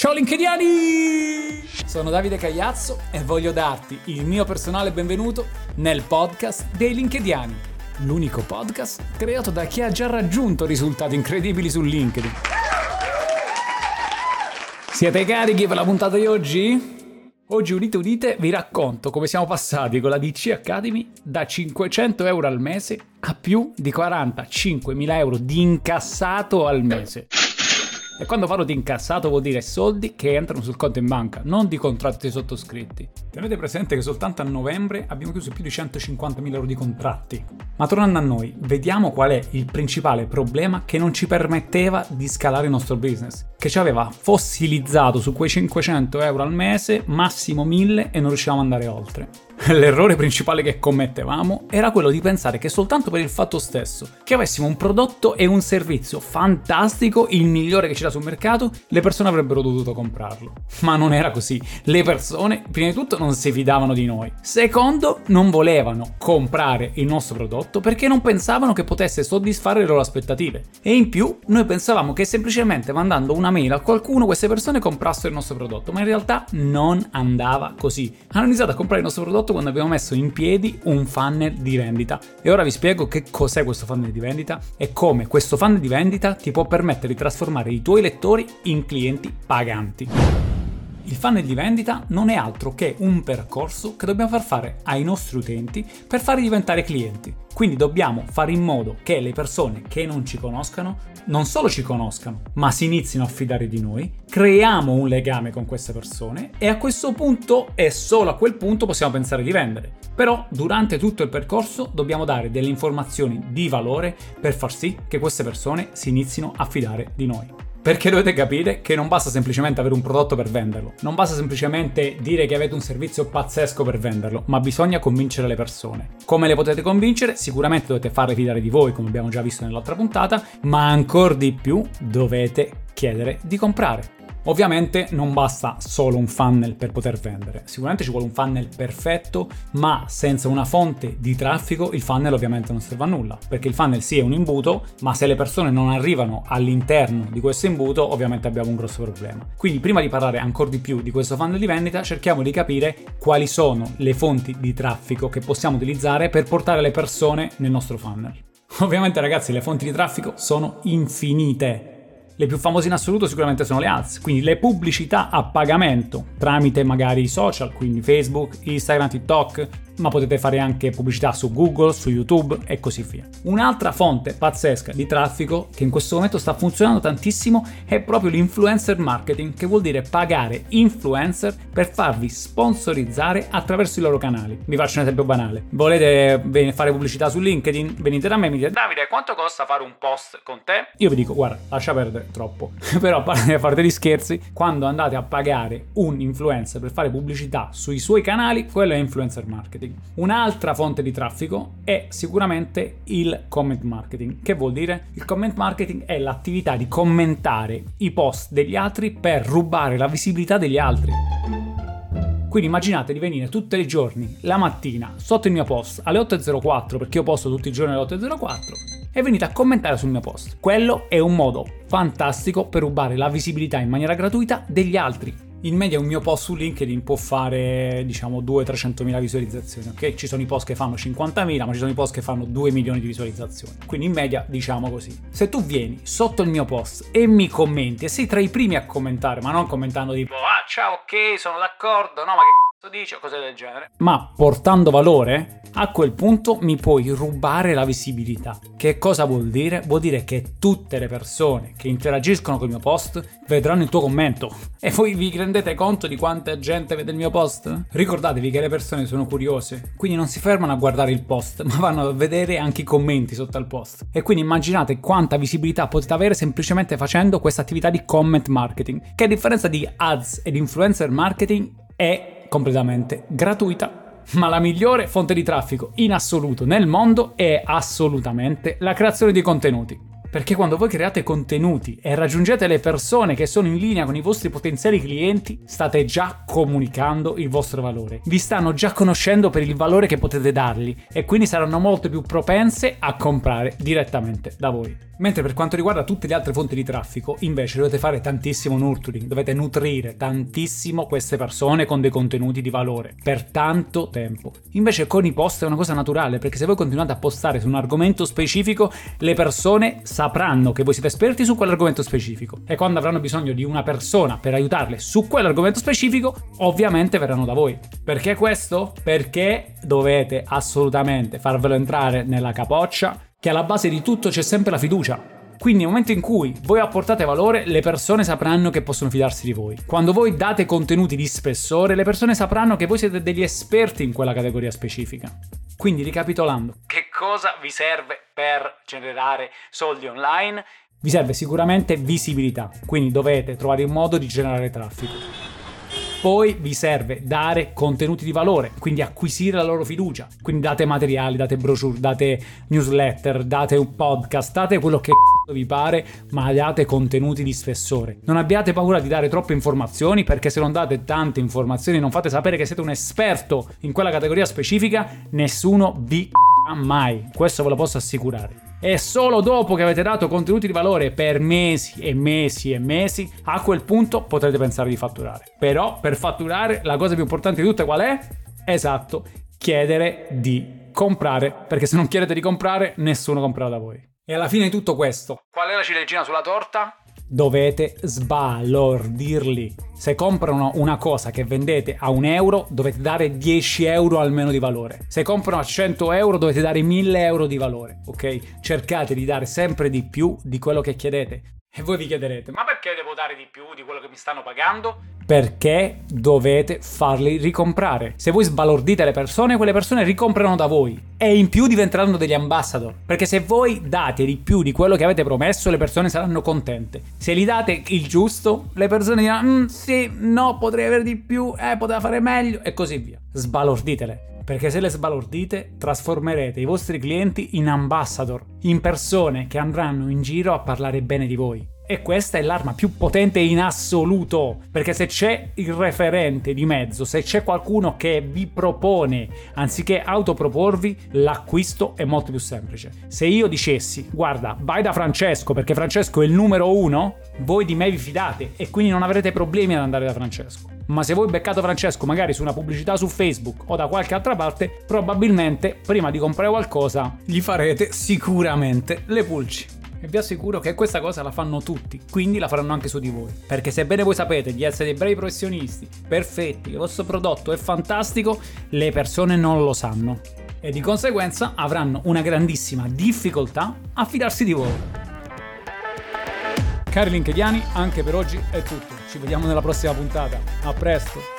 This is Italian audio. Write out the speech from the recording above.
Ciao LinkedIani! Sono Davide Cagliazzo e voglio darti il mio personale benvenuto nel podcast dei LinkedIani, l'unico podcast creato da chi ha già raggiunto risultati incredibili su LinkedIn. Siete carichi per la puntata di oggi? Oggi udite vi racconto come siamo passati con la DC Academy da 500 euro al mese a più di 45.000 euro di incassato al mese. E quando parlo di incassato vuol dire soldi che entrano sul conto in banca, non di contratti sottoscritti. Tenete presente che soltanto a novembre abbiamo chiuso più di 150.000 euro di contratti. Ma tornando a noi, vediamo qual è il principale problema che non ci permetteva di scalare il nostro business, che ci aveva fossilizzato su quei 500 euro al mese, massimo 1.000, e non riuscivamo ad andare oltre. L'errore principale che commettevamo era quello di pensare che soltanto per il fatto stesso che avessimo un prodotto e un servizio fantastico, il migliore che c'era sul mercato, le persone avrebbero dovuto comprarlo. Ma non era così. Le persone, prima di tutto, non si fidavano di noi. Secondo, non volevano comprare il nostro prodotto perché non pensavano che potesse soddisfare le loro aspettative. E in più, noi pensavamo che semplicemente mandando una mail a qualcuno queste persone comprassero il nostro prodotto, ma in realtà non andava così. Hanno iniziato a comprare il nostro prodotto quando abbiamo messo in piedi un funnel di vendita. E ora vi spiego che cos'è questo funnel di vendita e come questo funnel di vendita ti può permettere di trasformare i tuoi lettori in clienti paganti. Il funnel di vendita non è altro che un percorso che dobbiamo far fare ai nostri utenti per farli diventare clienti. Quindi dobbiamo fare in modo che le persone che non ci conoscano non solo ci conoscano, ma si inizino a fidare di noi, creiamo un legame con queste persone e a questo punto e solo a quel punto possiamo pensare di vendere. Però durante tutto il percorso dobbiamo dare delle informazioni di valore per far sì che queste persone si inizino a fidare di noi. Perché dovete capire che non basta semplicemente avere un prodotto per venderlo, non basta semplicemente dire che avete un servizio pazzesco per venderlo, ma bisogna convincere le persone. Come le potete convincere? Sicuramente dovete farle fidare di voi, come abbiamo già visto nell'altra puntata, ma ancora di più dovete chiedere di comprare. Ovviamente non basta solo un funnel per poter vendere, sicuramente ci vuole un funnel perfetto, ma senza una fonte di traffico il funnel ovviamente non serve a nulla, perché il funnel sì è un imbuto, ma se le persone non arrivano all'interno di questo imbuto ovviamente abbiamo un grosso problema. Quindi prima di parlare ancora di più di questo funnel di vendita cerchiamo di capire quali sono le fonti di traffico che possiamo utilizzare per portare le persone nel nostro funnel. Ovviamente ragazzi le fonti di traffico sono infinite. Le più famose in assoluto sicuramente sono le ads, quindi le pubblicità a pagamento tramite magari i social, quindi Facebook, Instagram, TikTok, ma potete fare anche pubblicità su Google, su YouTube e così via. Un'altra fonte pazzesca di traffico che in questo momento sta funzionando tantissimo è proprio l'influencer marketing, che vuol dire pagare influencer per farvi sponsorizzare attraverso i loro canali. Vi faccio un esempio banale. Volete fare pubblicità su LinkedIn? Venite da me e mi dite: Davide, quanto costa fare un post con te? Io vi dico: guarda, lascia perdere troppo. Però a parte gli scherzi, quando andate a pagare un influencer per fare pubblicità sui suoi canali, quello è influencer marketing. Un'altra fonte di traffico è sicuramente il comment marketing. Che vuol dire? Il comment marketing è l'attività di commentare i post degli altri per rubare la visibilità degli altri. Quindi immaginate di venire tutti i giorni, la mattina, sotto il mio post alle 8.04, perché io posto tutti i giorni alle 8.04, e venite a commentare sul mio post. Quello è un modo fantastico per rubare la visibilità in maniera gratuita degli altri. In media un mio post su LinkedIn può fare 200.000-300.000 visualizzazioni, ok? Ci sono i post che fanno 50.000, ma ci sono i post che fanno 2 milioni di visualizzazioni. Quindi in media diciamo così. Se tu vieni sotto il mio post e mi commenti e sei tra i primi a commentare, ma non commentando tipo "Ah, ciao, ok, sono d'accordo", no, ma che dice o cose del genere, ma portando valore, a quel punto mi puoi rubare la visibilità. Che cosa vuol dire? Vuol dire che tutte le persone che interagiscono con il mio post vedranno il tuo commento. E voi vi rendete conto di quanta gente vede il mio post? Ricordatevi che le persone sono curiose, quindi non si fermano a guardare il post, ma vanno a vedere anche i commenti sotto al post. E quindi immaginate quanta visibilità potete avere semplicemente facendo questa attività di comment marketing, che a differenza di ads ed influencer marketing è completamente gratuita. Ma la migliore fonte di traffico in assoluto nel mondo è assolutamente la creazione di contenuti. Perché quando voi create contenuti e raggiungete le persone che sono in linea con i vostri potenziali clienti, state già comunicando il vostro valore. Vi stanno già conoscendo per il valore che potete dargli e quindi saranno molto più propense a comprare direttamente da voi. Mentre per quanto riguarda tutte le altre fonti di traffico, invece dovete fare tantissimo nurturing, dovete nutrire tantissimo queste persone con dei contenuti di valore per tanto tempo. Invece con i post è una cosa naturale, perché se voi continuate a postare su un argomento specifico, le persone sapranno che voi siete esperti su quell'argomento specifico e quando avranno bisogno di una persona per aiutarle su quell'argomento specifico, ovviamente verranno da voi. Perché questo? Perché dovete assolutamente farvelo entrare nella capoccia che alla base di tutto c'è sempre la fiducia. Quindi nel momento in cui voi apportate valore, le persone sapranno che possono fidarsi di voi. Quando voi date contenuti di spessore, le persone sapranno che voi siete degli esperti in quella categoria specifica. Quindi ricapitolando, che cosa vi serve per generare soldi online? Vi serve sicuramente visibilità, quindi dovete trovare un modo di generare traffico. Poi vi serve dare contenuti di valore, quindi acquisire la loro fiducia. Quindi date materiali, date brochure, date newsletter, date un podcast, date quello che vi pare, ma date contenuti di spessore. Non abbiate paura di dare troppe informazioni, perché se non date tante informazioni, non fate sapere che siete un esperto in quella categoria specifica, nessuno vi mai. Questo ve lo posso assicurare. E solo dopo che avete dato contenuti di valore per mesi e mesi e mesi, a quel punto potrete pensare di fatturare. Però per fatturare la cosa più importante di tutte qual è? Esatto, chiedere di comprare, perché se non chiedete di comprare nessuno comprerà da voi. E alla fine di tutto questo, qual è la ciliegina sulla torta? Dovete sbalordirli. Se comprano una cosa che vendete a €1, dovete dare 10 euro almeno di valore. Se comprano a 100 euro, dovete dare 1000 euro di valore, ok? Cercate di dare sempre di più di quello che chiedete. E voi vi chiederete, ma perché devo dare di più di quello che mi stanno pagando? Perché dovete farli ricomprare. Se voi sbalordite le persone, quelle persone ricomprano da voi e in più diventeranno degli ambassador. Perché se voi date di più di quello che avete promesso, le persone saranno contente. Se gli date il giusto, le persone diranno sì, no, potrei avere di più, poteva fare meglio e così via. Sbalorditele. Perché se le sbalordite, trasformerete i vostri clienti in ambassador, in persone che andranno in giro a parlare bene di voi. E questa è l'arma più potente in assoluto, perché se c'è il referente di mezzo, se c'è qualcuno che vi propone, anziché autoproporvi, l'acquisto è molto più semplice. Se io dicessi, guarda, vai da Francesco perché Francesco è il numero 1, voi di me vi fidate e quindi non avrete problemi ad andare da Francesco. Ma se voi beccate Francesco magari su una pubblicità su Facebook o da qualche altra parte, probabilmente prima di comprare qualcosa gli farete sicuramente le pulci. E vi assicuro che questa cosa la fanno tutti, quindi la faranno anche su di voi. Perché sebbene voi sapete di essere dei bravi professionisti, perfetti, il vostro prodotto è fantastico, le persone non lo sanno. E di conseguenza avranno una grandissima difficoltà a fidarsi di voi. Cari linkediani, anche per oggi è tutto. Ci vediamo nella prossima puntata. A presto!